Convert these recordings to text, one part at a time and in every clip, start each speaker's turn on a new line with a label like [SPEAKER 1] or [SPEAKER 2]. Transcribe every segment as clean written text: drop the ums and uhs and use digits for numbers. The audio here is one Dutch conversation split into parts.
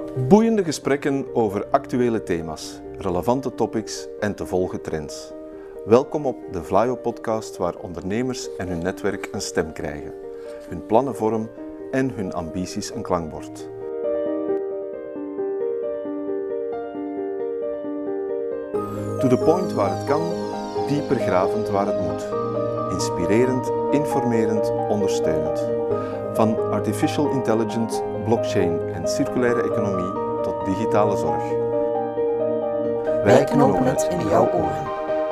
[SPEAKER 1] Boeiende gesprekken over actuele thema's, relevante topics en te volgen trends. Welkom op de Vlaio-podcast waar ondernemers en hun netwerk een stem krijgen, hun plannen vorm en hun ambities een klankbord. To the point waar het kan, dieper gravend waar het moet. Inspirerend, informerend, ondersteunend. Van artificial intelligence, blockchain en circulaire economie tot digitale zorg.
[SPEAKER 2] Wij knopen het in jouw oren.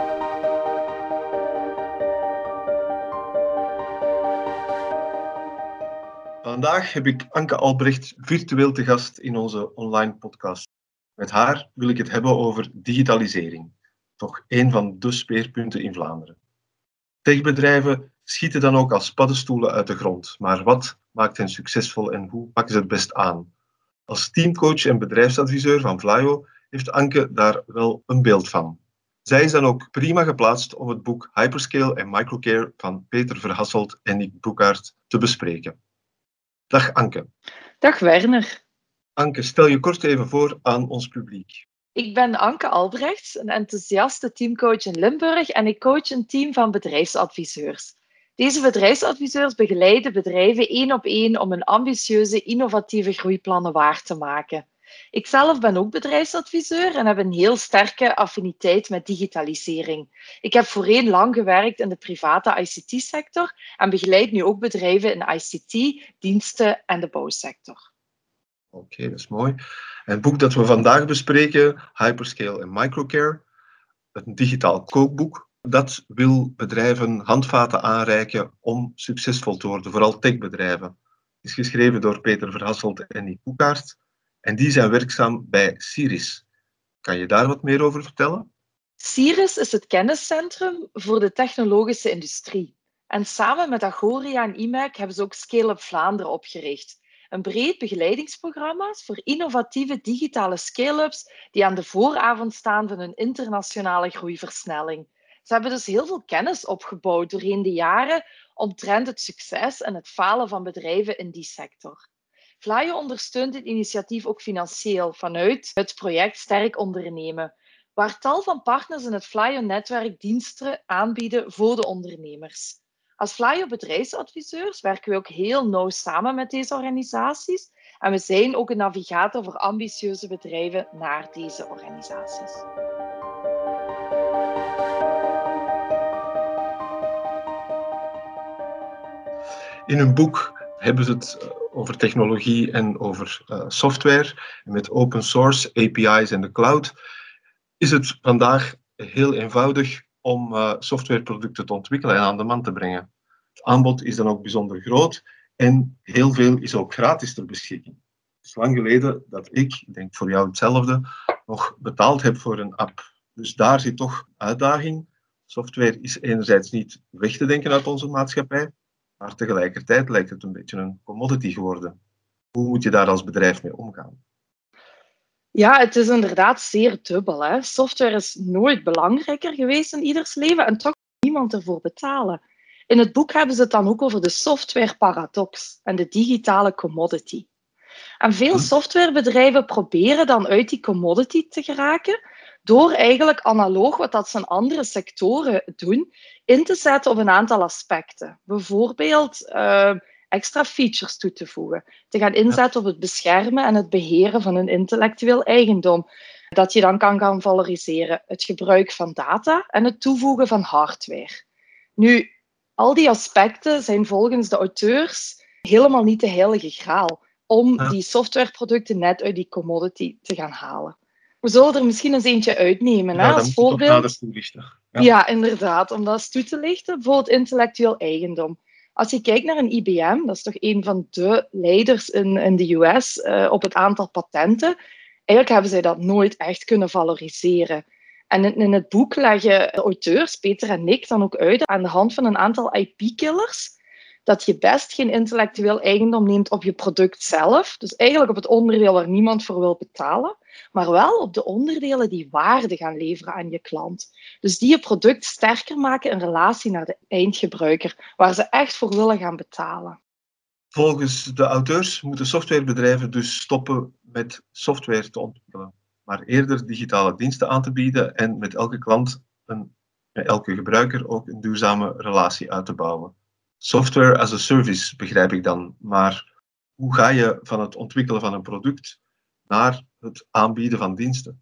[SPEAKER 3] Vandaag heb ik Anke Albrecht virtueel te gast in onze online podcast. Met haar wil ik het hebben over digitalisering. Toch een van de speerpunten in Vlaanderen. Techbedrijven schieten dan ook als paddenstoelen uit de grond. Maar wat maakt hen succesvol en hoe pakken ze het best aan? Als teamcoach en bedrijfsadviseur van Vlaio heeft Anke daar wel een beeld van. Zij is dan ook prima geplaatst om het boek Hyperscale en Microcare van Peter Verhasselt en Nick Broekaert te bespreken. Dag Anke.
[SPEAKER 4] Dag Werner.
[SPEAKER 3] Anke, stel je kort even voor aan ons publiek.
[SPEAKER 4] Ik ben Anke Albrechts, een enthousiaste teamcoach in Limburg en ik coach een team van bedrijfsadviseurs. Deze bedrijfsadviseurs begeleiden bedrijven 1 op 1 om hun ambitieuze, innovatieve groeiplannen waar te maken. Ikzelf ben ook bedrijfsadviseur en heb een heel sterke affiniteit met digitalisering. Ik heb voorheen lang gewerkt in de private ICT-sector en begeleid nu ook bedrijven in ICT, diensten en de bouwsector.
[SPEAKER 3] Oké, dat is mooi. En het boek dat we vandaag bespreken, Hyperscale en Microcare, een digitaal kookboek, dat wil bedrijven handvaten aanreiken om succesvol te worden, vooral techbedrijven. Het is geschreven door Peter Verhasselt en Nick Broekaert en die zijn werkzaam bij Siris. Kan je daar wat meer over vertellen?
[SPEAKER 4] Siris is het kenniscentrum voor de technologische industrie. En samen met Agoria en IMEC hebben ze ook Scale-up Vlaanderen opgericht. Een breed begeleidingsprogramma voor innovatieve digitale scale-ups die aan de vooravond staan van hun internationale groeiversnelling. Ze hebben dus heel veel kennis opgebouwd doorheen de jaren omtrent het succes en het falen van bedrijven in die sector. Vlaio ondersteunt dit initiatief ook financieel vanuit het project Sterk Ondernemen, waar tal van partners in het Vlaio-netwerk diensten aanbieden voor de ondernemers. Als Vlaio bedrijfsadviseurs werken we ook heel nauw samen met deze organisaties en we zijn ook een navigator voor ambitieuze bedrijven naar deze organisaties.
[SPEAKER 3] In hun boek hebben ze het over technologie en over software. Met open source, API's en de cloud is het vandaag heel eenvoudig om softwareproducten te ontwikkelen en aan de man te brengen. Het aanbod is dan ook bijzonder groot en heel veel is ook gratis ter beschikking. Het is lang geleden dat ik denk voor jou hetzelfde, nog betaald heb voor een app. Dus daar zit toch uitdaging. Software is enerzijds niet weg te denken uit onze maatschappij, maar tegelijkertijd lijkt het een beetje een commodity geworden. Hoe moet je daar als bedrijf mee omgaan?
[SPEAKER 4] Ja, het is inderdaad zeer dubbel, hè? Software is nooit belangrijker geweest in ieders leven en toch moet niemand ervoor betalen. In het boek hebben ze het dan ook over de softwareparadox en de digitale commodity. En veel softwarebedrijven proberen dan uit die commodity te geraken door eigenlijk analoog wat dat ze in andere sectoren doen, in te zetten op een aantal aspecten. Bijvoorbeeld extra features toe te voegen, te gaan inzetten op het beschermen en het beheren van hun intellectueel eigendom, dat je dan kan gaan valoriseren, het gebruik van data en het toevoegen van hardware. Nu, al die aspecten zijn volgens de auteurs helemaal niet de heilige graal om die softwareproducten net uit die commodity te gaan halen. We zullen er misschien eens eentje uitnemen.
[SPEAKER 3] Ja,
[SPEAKER 4] als voorbeeld.
[SPEAKER 3] Ja,
[SPEAKER 4] inderdaad. Om dat eens toe te lichten. Bijvoorbeeld intellectueel eigendom. Als je kijkt naar een IBM, dat is toch een van de leiders in de US op het aantal patenten. Eigenlijk hebben zij dat nooit echt kunnen valoriseren. En in het boek leggen de auteurs, Peter en Nick, dan ook uit aan de hand van een aantal IP-killers dat je best geen intellectueel eigendom neemt op je product zelf. Dus eigenlijk op het onderdeel waar niemand voor wil betalen, maar wel op de onderdelen die waarde gaan leveren aan je klant. Dus die je product sterker maken in relatie naar de eindgebruiker, waar ze echt voor willen gaan betalen.
[SPEAKER 3] Volgens de auteurs moeten softwarebedrijven dus stoppen met software te ontwikkelen, maar eerder digitale diensten aan te bieden en met elke klant, met elke gebruiker ook een duurzame relatie uit te bouwen. Software as a service begrijp ik dan, maar hoe ga je van het ontwikkelen van een product naar het aanbieden van diensten?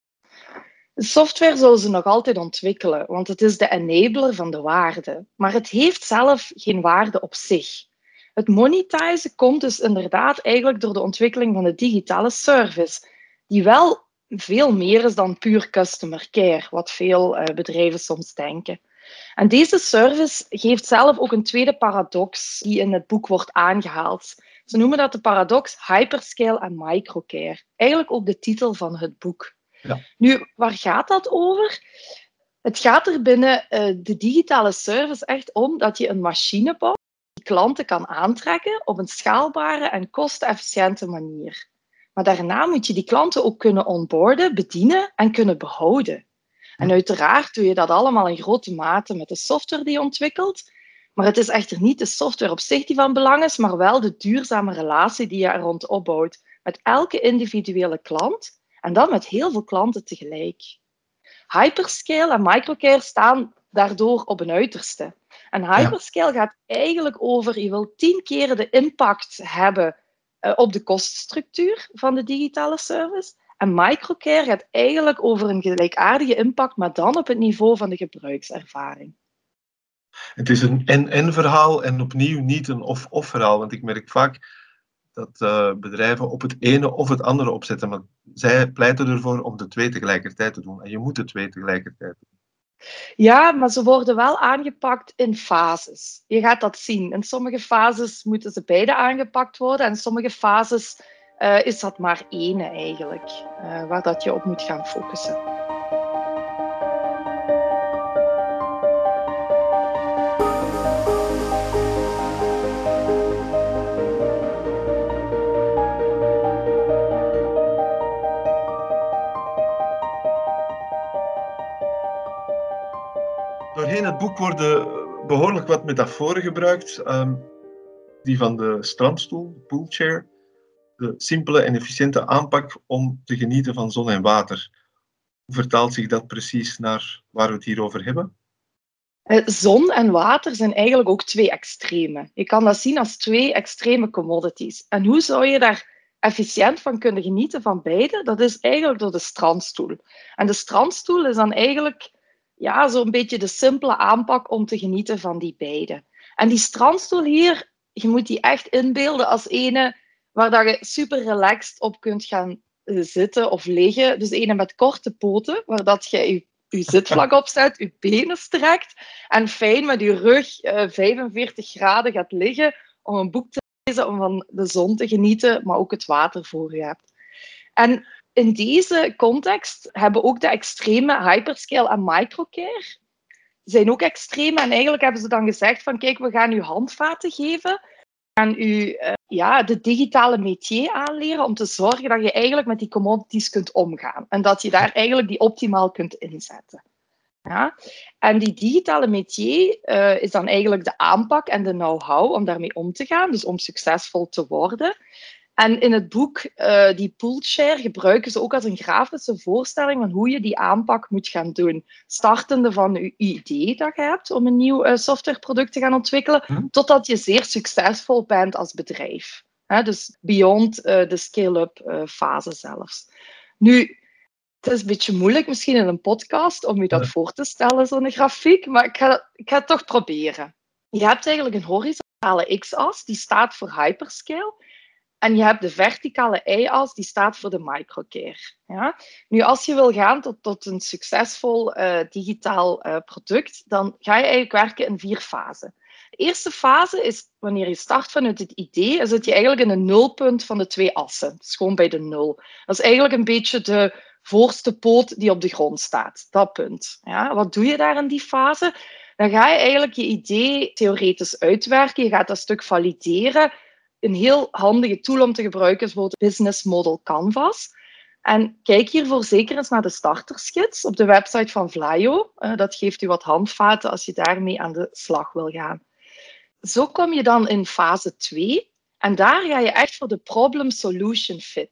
[SPEAKER 4] De software zullen ze nog altijd ontwikkelen, want het is de enabler van de waarde. Maar het heeft zelf geen waarde op zich. Het monetizen komt dus inderdaad eigenlijk door de ontwikkeling van de digitale service, die wel veel meer is dan puur customer care, wat veel bedrijven soms denken. En deze service geeft zelf ook een tweede paradox die in het boek wordt aangehaald. Ze noemen dat de paradox hyperscale en microcare. Eigenlijk ook de titel van het boek.
[SPEAKER 3] Ja.
[SPEAKER 4] Nu, waar gaat dat over? Het gaat er binnen de digitale service echt om dat je een machine bouwt die klanten kan aantrekken op een schaalbare en kostenefficiënte manier. Maar daarna moet je die klanten ook kunnen onboarden, bedienen en kunnen behouden. En uiteraard doe je dat allemaal in grote mate met de software die je ontwikkelt. Maar het is echter niet de software op zich die van belang is, maar wel de duurzame relatie die je er rond opbouwt met elke individuele klant en dan met heel veel klanten tegelijk. Hyperscale en microcare staan daardoor op een uiterste. En hyperscale gaat eigenlijk over, je wil 10 keer de impact hebben op de koststructuur van de digitale service. En microcare gaat eigenlijk over een gelijkaardige impact, maar dan op het niveau van de gebruikservaring.
[SPEAKER 3] Het is een en-en verhaal en opnieuw niet een of-of verhaal, want ik merk vaak dat bedrijven op het ene of het andere opzetten, maar zij pleiten ervoor om de twee tegelijkertijd te doen. En je moet de twee tegelijkertijd doen.
[SPEAKER 4] Ja, maar ze worden wel aangepakt in fases. Je gaat dat zien. In sommige fases moeten ze beide aangepakt worden en in sommige fases is dat maar één eigenlijk, waar dat je op moet gaan focussen.
[SPEAKER 3] Doorheen het boek worden behoorlijk wat metaforen gebruikt. Die van de strandstoel, de poolchair. De simpele en efficiënte aanpak om te genieten van zon en water. Hoe vertaalt zich dat precies naar waar we het hier over hebben?
[SPEAKER 4] Zon en water zijn eigenlijk ook twee extremen. Je kan dat zien als twee extreme commodities. En hoe zou je daar efficiënt van kunnen genieten van beide? Dat is eigenlijk door de strandstoel. En de strandstoel is dan eigenlijk zo'n beetje de simpele aanpak om te genieten van die beide. En die strandstoel hier, je moet die echt inbeelden als ene waar dat je super relaxed op kunt gaan zitten of liggen. Dus ene met korte poten, waar dat je je zitvlak opzet, je benen strekt en fijn met je rug 45 graden gaat liggen om een boek te lezen, om van de zon te genieten, maar ook het water voor je hebt. En in deze context hebben ook de extreme hyperscale en microcare zijn ook extreem. En eigenlijk hebben ze dan gezegd van kijk, we gaan u handvaten geven. We gaan u de digitale métier aanleren om te zorgen dat je eigenlijk met die commodities kunt omgaan. En dat je daar eigenlijk die optimaal kunt inzetten. Ja? En die digitale métier is dan eigenlijk de aanpak en de know-how om daarmee om te gaan. Dus om succesvol te worden. En in het boek, die poolchair, gebruiken ze ook als een grafische voorstelling van hoe je die aanpak moet gaan doen. Startende van je idee dat je hebt om een nieuw softwareproduct te gaan ontwikkelen, totdat je zeer succesvol bent als bedrijf. Dus beyond de scale-up fase zelfs. Nu, het is een beetje moeilijk misschien in een podcast om je dat voor te stellen, zo'n grafiek, maar ik ga het toch proberen. Je hebt eigenlijk een horizontale x-as, die staat voor hyperscale. En je hebt de verticale y-as, die staat voor de microcare. Ja? Nu, als je wil gaan tot een succesvol digitaal product, dan ga je eigenlijk werken in 4 fasen. De eerste fase is, wanneer je start vanuit het idee, dan zit je eigenlijk in een nulpunt van de 2 assen. Het is gewoon bij de 0. Dat is eigenlijk een beetje de voorste poot die op de grond staat. Dat punt. Ja? Wat doe je daar in die fase? Dan ga je eigenlijk je idee theoretisch uitwerken. Je gaat dat stuk valideren. Een heel handige tool om te gebruiken is bijvoorbeeld Business Model Canvas. En kijk hiervoor zeker eens naar de starterschets op de website van Vlaio. Dat geeft u wat handvaten als je daarmee aan de slag wil gaan. Zo kom je dan in fase 2. En daar ga je echt voor de problem-solution fit.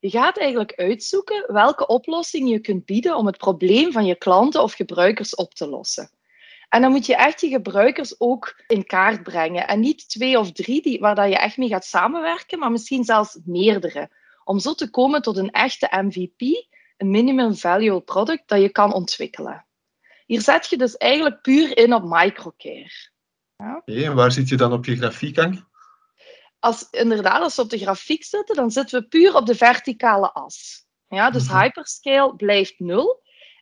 [SPEAKER 4] Je gaat eigenlijk uitzoeken welke oplossing je kunt bieden om het probleem van je klanten of gebruikers op te lossen. En dan moet je echt je gebruikers ook in kaart brengen. En niet 2 of 3 waar dat je echt mee gaat samenwerken, maar misschien zelfs meerdere. Om zo te komen tot een echte MVP, een minimum valuable product dat je kan ontwikkelen. Hier zet je dus eigenlijk puur in op microcare. Ja?
[SPEAKER 3] En waar zit je dan op je grafiek, Anke?
[SPEAKER 4] Als we op de grafiek zitten, dan zitten we puur op de verticale as. Ja, dus hyperscale blijft 0.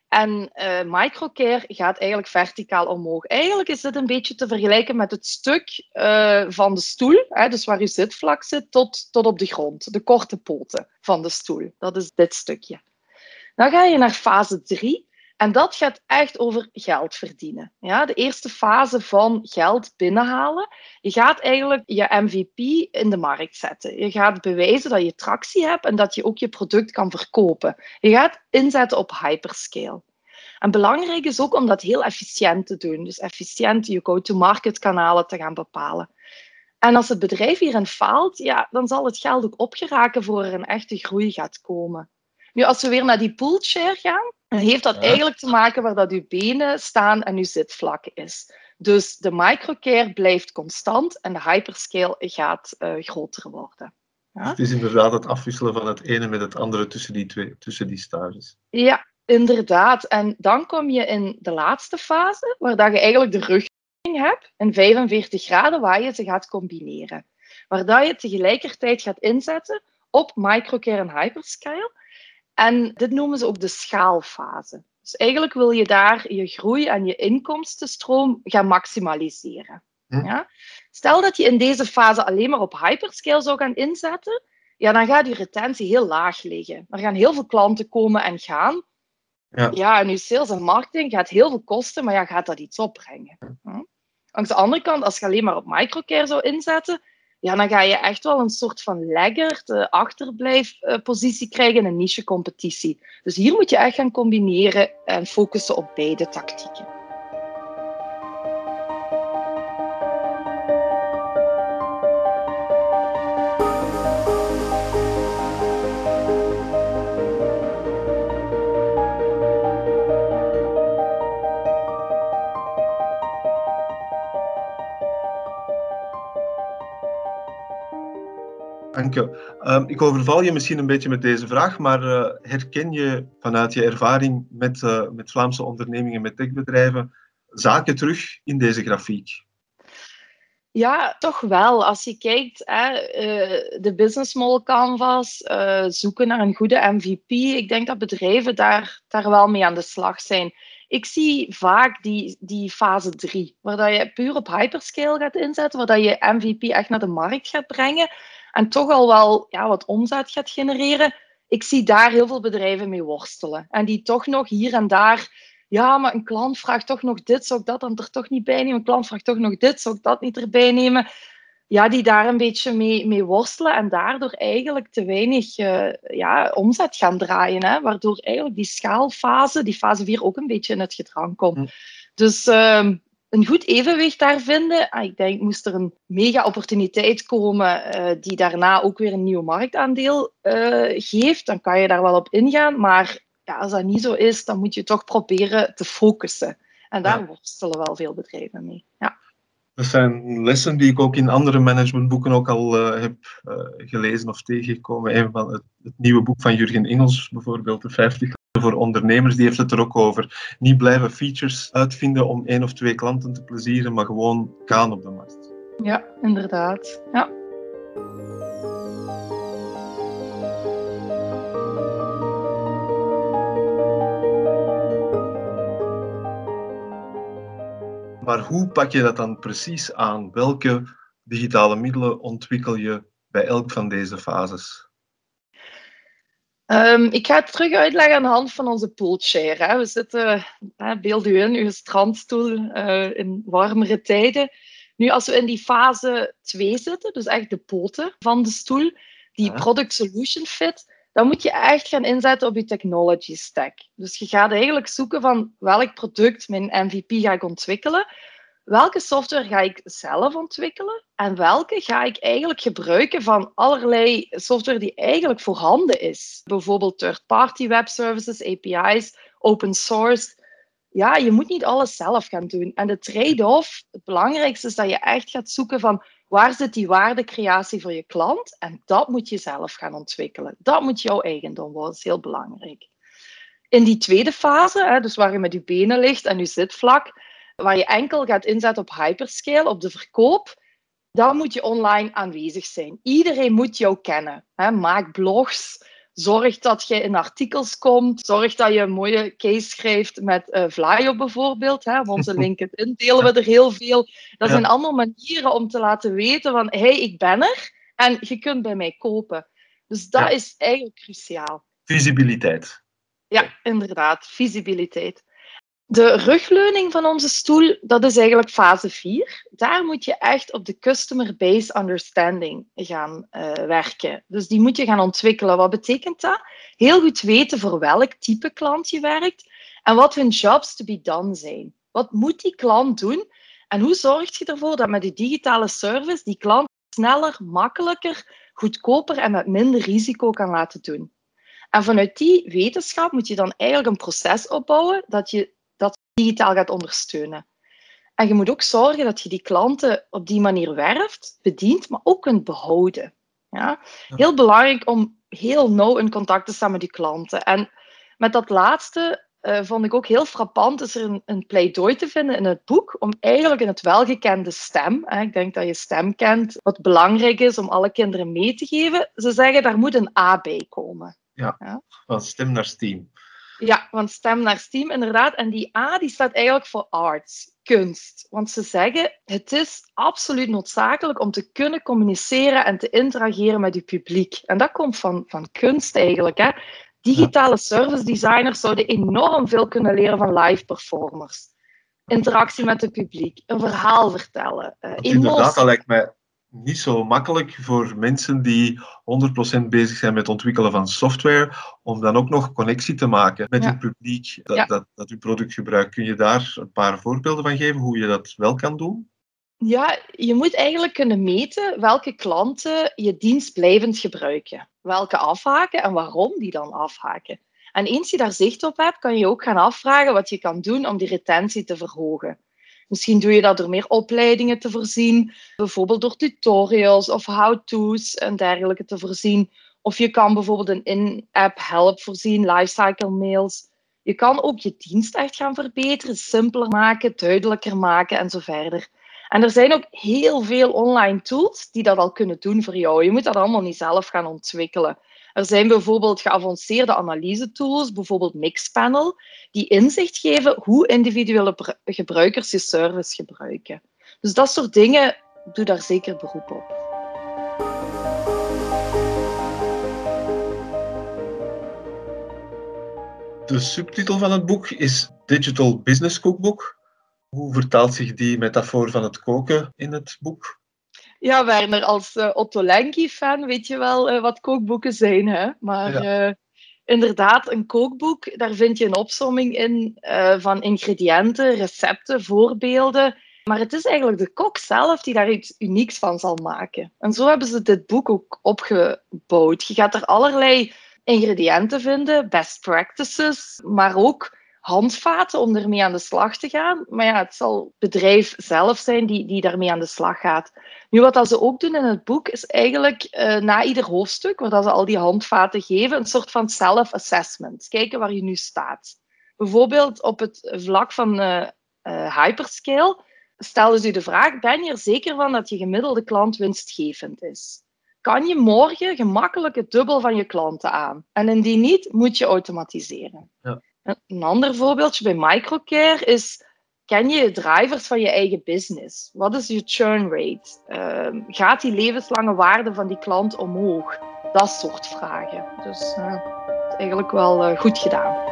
[SPEAKER 4] En microcare gaat eigenlijk verticaal omhoog. Eigenlijk is dit een beetje te vergelijken met het stuk van de stoel. Dus waar je zitvlak zit tot op de grond. De korte poten van de stoel. Dat is dit stukje. Dan ga je naar fase 3. En dat gaat echt over geld verdienen. Ja, de eerste fase van geld binnenhalen. Je gaat eigenlijk je MVP in de markt zetten. Je gaat bewijzen dat je tractie hebt en dat je ook je product kan verkopen. Je gaat inzetten op hyperscale. En belangrijk is ook om dat heel efficiënt te doen. Dus efficiënt je go-to-market kanalen te gaan bepalen. En als het bedrijf hierin faalt, ja, dan zal het geld ook opgeraken voor er een echte groei gaat komen. Nu, als we weer naar die pooled share gaan, dan heeft dat eigenlijk te maken waar dat uw benen staan en uw zitvlak is. Dus de microcare blijft constant en de hyperscale gaat groter worden. Ja?
[SPEAKER 3] Het is inderdaad het afwisselen van het ene met het andere tussen die stages.
[SPEAKER 4] Ja, inderdaad. En dan kom je in de laatste fase, waar dat je eigenlijk de rugdekking hebt, in 45 graden, waar je ze gaat combineren. Waar dat je tegelijkertijd gaat inzetten op microcare en hyperscale. En dit noemen ze ook de schaalfase. Dus eigenlijk wil je daar je groei en je inkomstenstroom gaan maximaliseren. Ja? Stel dat je in deze fase alleen maar op hyperscale zou gaan inzetten, ja, dan gaat je retentie heel laag liggen. Er gaan heel veel klanten komen en gaan. Ja, en je sales en marketing gaat heel veel kosten, maar ja, gaat dat iets opbrengen. Ja? Aan de andere kant, als je alleen maar op microcare zou inzetten, ja, dan ga je echt wel een soort van laggard, achterblijfpositie krijgen in een niche-competitie. Dus hier moet je echt gaan combineren en focussen op beide tactieken.
[SPEAKER 3] Anke, ik overval je misschien een beetje met deze vraag, maar herken je vanuit je ervaring met Vlaamse ondernemingen, met techbedrijven, zaken terug in deze grafiek?
[SPEAKER 4] Ja, toch wel. Als je kijkt, de business model canvas, zoeken naar een goede MVP, ik denk dat bedrijven daar wel mee aan de slag zijn. Ik zie vaak die fase 3, waar dat je puur op hyperscale gaat inzetten, waar dat je MVP echt naar de markt gaat brengen en toch al wel wat omzet gaat genereren. Ik zie daar heel veel bedrijven mee worstelen. En die toch nog hier en daar, ja, maar een klant vraagt toch nog dit, zou ik dat dan er toch niet bij nemen? Een klant vraagt toch nog dit, zou ik dat niet erbij nemen? Ja, die daar een beetje mee worstelen en daardoor eigenlijk te weinig omzet gaan draaien. Hè? Waardoor eigenlijk die schaalfase, die fase 4, ook een beetje in het gedrang komt. Dus een goed evenwicht daar vinden. Ik denk, moest er een mega-opportuniteit komen die daarna ook weer een nieuw marktaandeel geeft, dan kan je daar wel op ingaan. Maar ja, als dat niet zo is, dan moet je toch proberen te focussen. En daar worstelen wel veel bedrijven mee. Ja.
[SPEAKER 3] Dat zijn lessen die ik ook in andere managementboeken ook al heb gelezen of tegengekomen. Een van het nieuwe boek van Jurgen Ingels, bijvoorbeeld, de 50 voor ondernemers, die heeft het er ook over. Niet blijven features uitvinden om 1 of 2 klanten te plezieren, maar gewoon gaan op de markt.
[SPEAKER 4] Ja, inderdaad. Ja.
[SPEAKER 3] Maar hoe pak je dat dan precies aan? Welke digitale middelen ontwikkel je bij elk van deze fases?
[SPEAKER 4] Ik ga het terug uitleggen aan de hand van onze pooled share. Hè. We zitten, beeld u in, uw strandstoel in warmere tijden. Nu, als we in die fase 2 zitten, dus echt de poten van de stoel, die product solution fit, dan moet je echt gaan inzetten op je technology stack. Dus je gaat eigenlijk zoeken van welk product mijn MVP ga ik ontwikkelen. welke software ga ik zelf ontwikkelen en welke ga ik eigenlijk gebruiken van allerlei software die eigenlijk voorhanden is. Bijvoorbeeld third-party webservices, API's, open source. Ja, je moet niet alles zelf gaan doen. En de trade-off, het belangrijkste is dat je echt gaat zoeken van waar zit die waardecreatie voor je klant en dat moet je zelf gaan ontwikkelen. Dat moet jouw eigendom worden, dat is heel belangrijk. In die tweede fase, dus waar je met je benen ligt en je zitvlak, waar je enkel gaat inzetten op hyperscale, op de verkoop, dan moet je online aanwezig zijn. Iedereen moet jou kennen. Maak blogs, zorg dat je in artikels komt, zorg dat je een mooie case schrijft met Vlaio bijvoorbeeld. Op onze LinkedIn delen we er heel veel. Dat zijn allemaal manieren om te laten weten van, hey, ik ben er en je kunt bij mij kopen. Dus dat is eigenlijk cruciaal.
[SPEAKER 3] Visibiliteit.
[SPEAKER 4] Ja, inderdaad, visibiliteit. De rugleuning van onze stoel, dat is eigenlijk fase 4. Daar moet je echt op de customer base understanding gaan werken. Dus die moet je gaan ontwikkelen. Wat betekent dat? Heel goed weten voor welk type klant je werkt en wat hun jobs to be done zijn. Wat moet die klant doen? En hoe zorg je ervoor dat met die digitale service die klant sneller, makkelijker, goedkoper en met minder risico kan laten doen? En vanuit die wetenschap moet je dan eigenlijk een proces opbouwen dat je dat digitaal gaat ondersteunen. En je moet ook zorgen dat je die klanten op die manier werft, bedient, maar ook kunt behouden. Ja? Heel belangrijk om heel nauw in contact te staan met die klanten. En met dat laatste vond ik ook heel frappant, is er een pleidooi te vinden in het boek om eigenlijk in het welgekende STEM, ik denk dat je STEM kent, wat belangrijk is om alle kinderen mee te geven. Ze zeggen, daar moet een A bij komen.
[SPEAKER 3] Ja, van STEM naar STEAM.
[SPEAKER 4] Ja, van STEM naar STEAM, inderdaad. En die A die staat eigenlijk voor arts, kunst. Want ze zeggen, het is absoluut noodzakelijk om te kunnen communiceren en te interageren met je publiek. En dat komt van kunst eigenlijk. Hè. Digitale service designers zouden enorm veel kunnen leren van live performers. Interactie met het publiek, een verhaal vertellen,
[SPEAKER 3] Inderdaad, dat lijkt mij niet zo makkelijk voor mensen die 100% bezig zijn met het ontwikkelen van software, om dan ook nog connectie te maken met hun publiek dat hun product gebruikt. Kun je daar een paar voorbeelden van geven, hoe je dat wel kan doen?
[SPEAKER 4] Ja, je moet eigenlijk kunnen meten welke klanten je dienst blijvend gebruiken. Welke afhaken en waarom die dan afhaken. En eens je daar zicht op hebt, kan je ook gaan afvragen wat je kan doen om die retentie te verhogen. Misschien doe je dat door meer opleidingen te voorzien, bijvoorbeeld door tutorials of how-to's en dergelijke te voorzien. Of je kan bijvoorbeeld een in-app help voorzien, lifecycle mails. Je kan ook je dienst echt gaan verbeteren, simpeler maken, duidelijker maken en zo verder. En er zijn ook heel veel online tools die dat al kunnen doen voor jou. Je moet dat allemaal niet zelf gaan ontwikkelen. Er zijn bijvoorbeeld geavanceerde analyse-tools, bijvoorbeeld Mixpanel, die inzicht geven hoe individuele gebruikers je service gebruiken. Dus dat soort dingen, doe daar zeker beroep op.
[SPEAKER 3] De subtitel van het boek is Digital Business Cookbook. Hoe vertaalt zich die metafoor van het koken in het boek?
[SPEAKER 4] Ja, Werner, als Otto Lengi-fan weet je wel wat kookboeken zijn. Hè? Maar inderdaad, een kookboek, daar vind je een opsomming in van ingrediënten, recepten, voorbeelden. Maar het is eigenlijk de kok zelf die daar iets unieks van zal maken. En zo hebben ze dit boek ook opgebouwd. Je gaat er allerlei ingrediënten vinden, best practices, maar ook handvaten om ermee aan de slag te gaan. Maar ja, het zal het bedrijf zelf zijn die daarmee aan de slag gaat. Nu, wat ze ook doen in het boek, is eigenlijk na ieder hoofdstuk, waar ze al die handvaten geven, een soort van self-assessment. Kijken waar je nu staat. Bijvoorbeeld op het vlak van hyperscale stellen ze u de vraag, ben je er zeker van dat je gemiddelde klant winstgevend is? Kan je morgen gemakkelijk het dubbel van je klanten aan? En indien niet, moet je automatiseren.
[SPEAKER 3] Ja.
[SPEAKER 4] Een ander voorbeeldje bij Microcare is, ken je de drivers van je eigen business? Wat is je churn rate? Gaat die levenslange waarde van die klant omhoog? Dat soort vragen. Dus eigenlijk wel goed gedaan.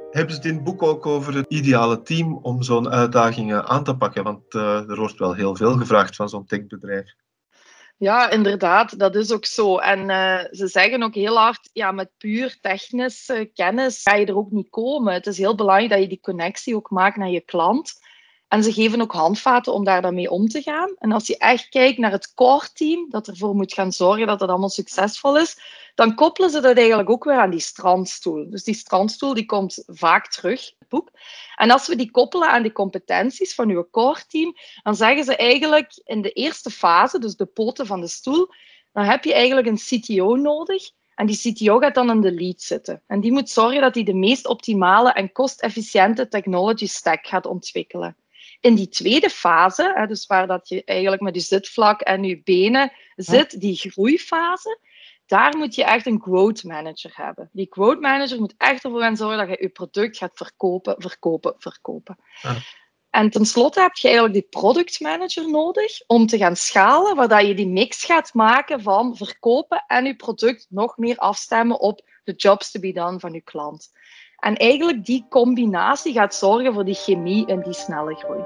[SPEAKER 3] Hebben ze het in het boek ook over het ideale team om zo'n uitdagingen aan te pakken? Want er wordt wel heel veel gevraagd van zo'n techbedrijf.
[SPEAKER 4] Ja, inderdaad, dat is ook zo. En ze zeggen ook heel hard, ja, met puur technische kennis ga je er ook niet komen. Het is heel belangrijk dat je die connectie ook maakt naar je klant. En ze geven ook handvaten om daar dan mee om te gaan. En als je echt kijkt naar het core team, dat ervoor moet gaan zorgen dat het allemaal succesvol is, dan koppelen ze dat eigenlijk ook weer aan die strandstoel. Dus die strandstoel die komt vaak terug in het boek. En als we die koppelen aan de competenties van uw core team, dan zeggen ze eigenlijk in de eerste fase, dus de poten van de stoel, dan heb je eigenlijk een CTO nodig. En die CTO gaat dan in de lead zitten. En die moet zorgen dat hij de meest optimale en kostefficiënte technology stack gaat ontwikkelen. In die tweede fase, dus waar dat je eigenlijk met je zitvlak en je benen zit, die groeifase, daar moet je echt een growth manager hebben. Die growth manager moet echt ervoor gaan zorgen dat je je product gaat verkopen.
[SPEAKER 3] Ja.
[SPEAKER 4] En tenslotte heb je eigenlijk die product manager nodig om te gaan schalen, waar je die mix gaat maken van verkopen en je product nog meer afstemmen op de jobs to be done van je klant. En eigenlijk die combinatie gaat zorgen voor die chemie en die snelle groei.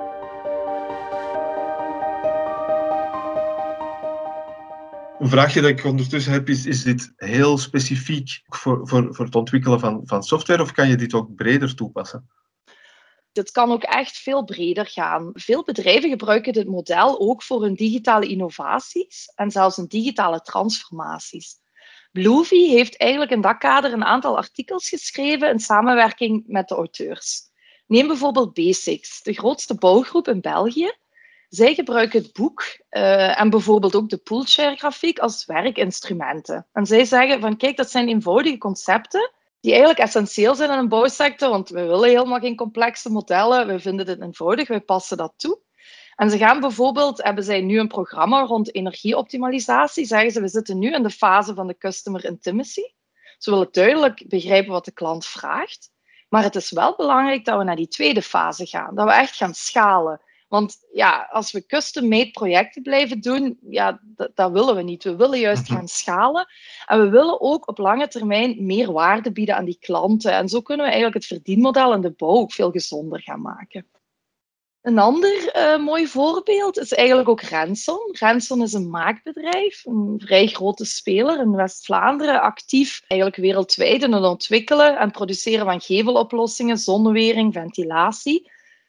[SPEAKER 3] Een vraagje dat ik ondertussen heb is dit heel specifiek voor het ontwikkelen van software of kan je dit ook breder toepassen?
[SPEAKER 4] Dit kan ook echt veel breder gaan. Veel bedrijven gebruiken dit model ook voor hun digitale innovaties en zelfs hun digitale transformaties. Bluevy heeft eigenlijk in dat kader een aantal artikels geschreven in samenwerking met de auteurs. Neem bijvoorbeeld Basics, de grootste bouwgroep in België. Zij gebruiken het boek en bijvoorbeeld ook de Poolshare-grafiek als werkinstrumenten. En zij zeggen van kijk, dat zijn eenvoudige concepten die eigenlijk essentieel zijn in een bouwsector, want we willen helemaal geen complexe modellen, we vinden dit eenvoudig, wij passen dat toe. En ze gaan bijvoorbeeld, hebben zij nu een programma rond energieoptimalisatie, zeggen ze, we zitten nu in de fase van de customer intimacy. Ze willen duidelijk begrijpen wat de klant vraagt, maar het is wel belangrijk dat we naar die tweede fase gaan, dat we echt gaan schalen. Want ja, als we custom-made projecten blijven doen, ja, dat willen we niet. We willen juist gaan schalen. En we willen ook op lange termijn meer waarde bieden aan die klanten. En zo kunnen we eigenlijk het verdienmodel in de bouw ook veel gezonder gaan maken. Een ander mooi voorbeeld is eigenlijk ook Renson. Renson is een maakbedrijf, een vrij grote speler in West-Vlaanderen, actief eigenlijk wereldwijd in het ontwikkelen en produceren van geveloplossingen, zonnewering, ventilatie.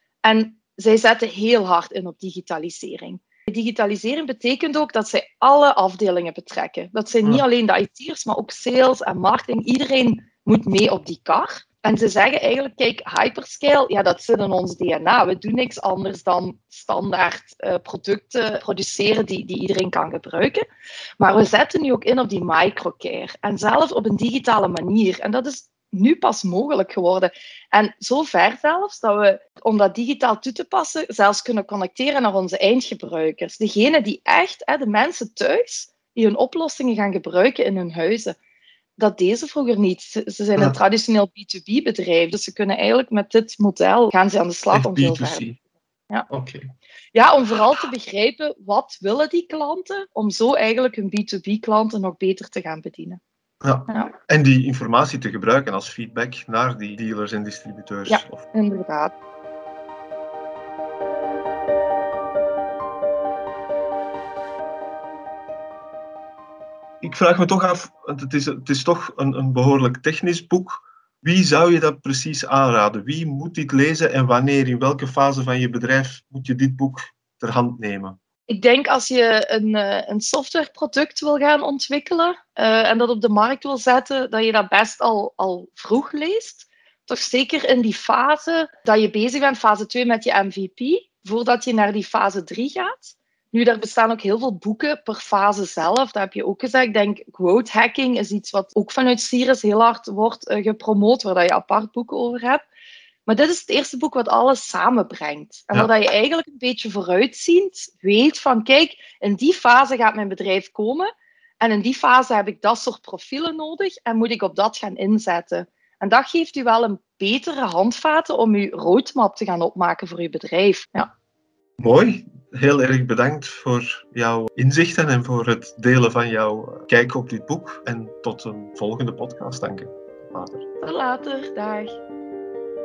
[SPEAKER 4] En zij zetten heel hard in op digitalisering. Digitalisering betekent ook dat zij alle afdelingen betrekken. Dat zijn niet alleen de IT'ers, maar ook sales en marketing. Iedereen moet mee op die kar. En ze zeggen eigenlijk, kijk, hyperscale, ja, dat zit in ons DNA. We doen niks anders dan standaard producten produceren die iedereen kan gebruiken. Maar we zetten nu ook in op die microcare. En zelfs op een digitale manier. En dat is nu pas mogelijk geworden. En zo ver zelfs dat we, om dat digitaal toe te passen, zelfs kunnen connecteren naar onze eindgebruikers. Degene die echt, de mensen thuis, die hun oplossingen gaan gebruiken in hun huizen. Dat deze vroeger niet. Ze zijn een traditioneel B2B-bedrijf, dus ze kunnen eigenlijk met dit model gaan ze aan de slag om veel verder. Ja.
[SPEAKER 3] Okay.
[SPEAKER 4] Ja, om vooral te begrijpen wat willen die klanten, om zo eigenlijk hun B2B-klanten nog beter te gaan bedienen.
[SPEAKER 3] Ja. En die informatie te gebruiken als feedback naar die dealers en distributeurs.
[SPEAKER 4] Ja, inderdaad.
[SPEAKER 3] Ik vraag me toch af, want het is toch een behoorlijk technisch boek. Wie zou je dat precies aanraden? Wie moet dit lezen en wanneer? In welke fase van je bedrijf moet je dit boek ter hand nemen?
[SPEAKER 4] Ik denk als je een softwareproduct wil gaan ontwikkelen en dat op de markt wil zetten, dat je dat best al vroeg leest. Toch zeker in die fase dat je bezig bent, fase 2 met je MVP, voordat je naar die fase 3 gaat. Nu, daar bestaan ook heel veel boeken per fase zelf. Dat heb je ook gezegd. Ik denk, growth hacking is iets wat ook vanuit Ceres heel hard wordt gepromoot, waar je apart boeken over hebt. Maar dit is het eerste boek wat alles samenbrengt. En waar je eigenlijk een beetje vooruitziend weet van, kijk, in die fase gaat mijn bedrijf komen. En in die fase heb ik dat soort profielen nodig en moet ik op dat gaan inzetten. En dat geeft u wel een betere handvaten om uw roadmap te gaan opmaken voor uw bedrijf. Ja.
[SPEAKER 3] Mooi. Heel erg bedankt voor jouw inzichten en voor het delen van jouw kijk op dit boek. En tot een volgende podcast, dank je. Later.
[SPEAKER 4] Tot later. Dag.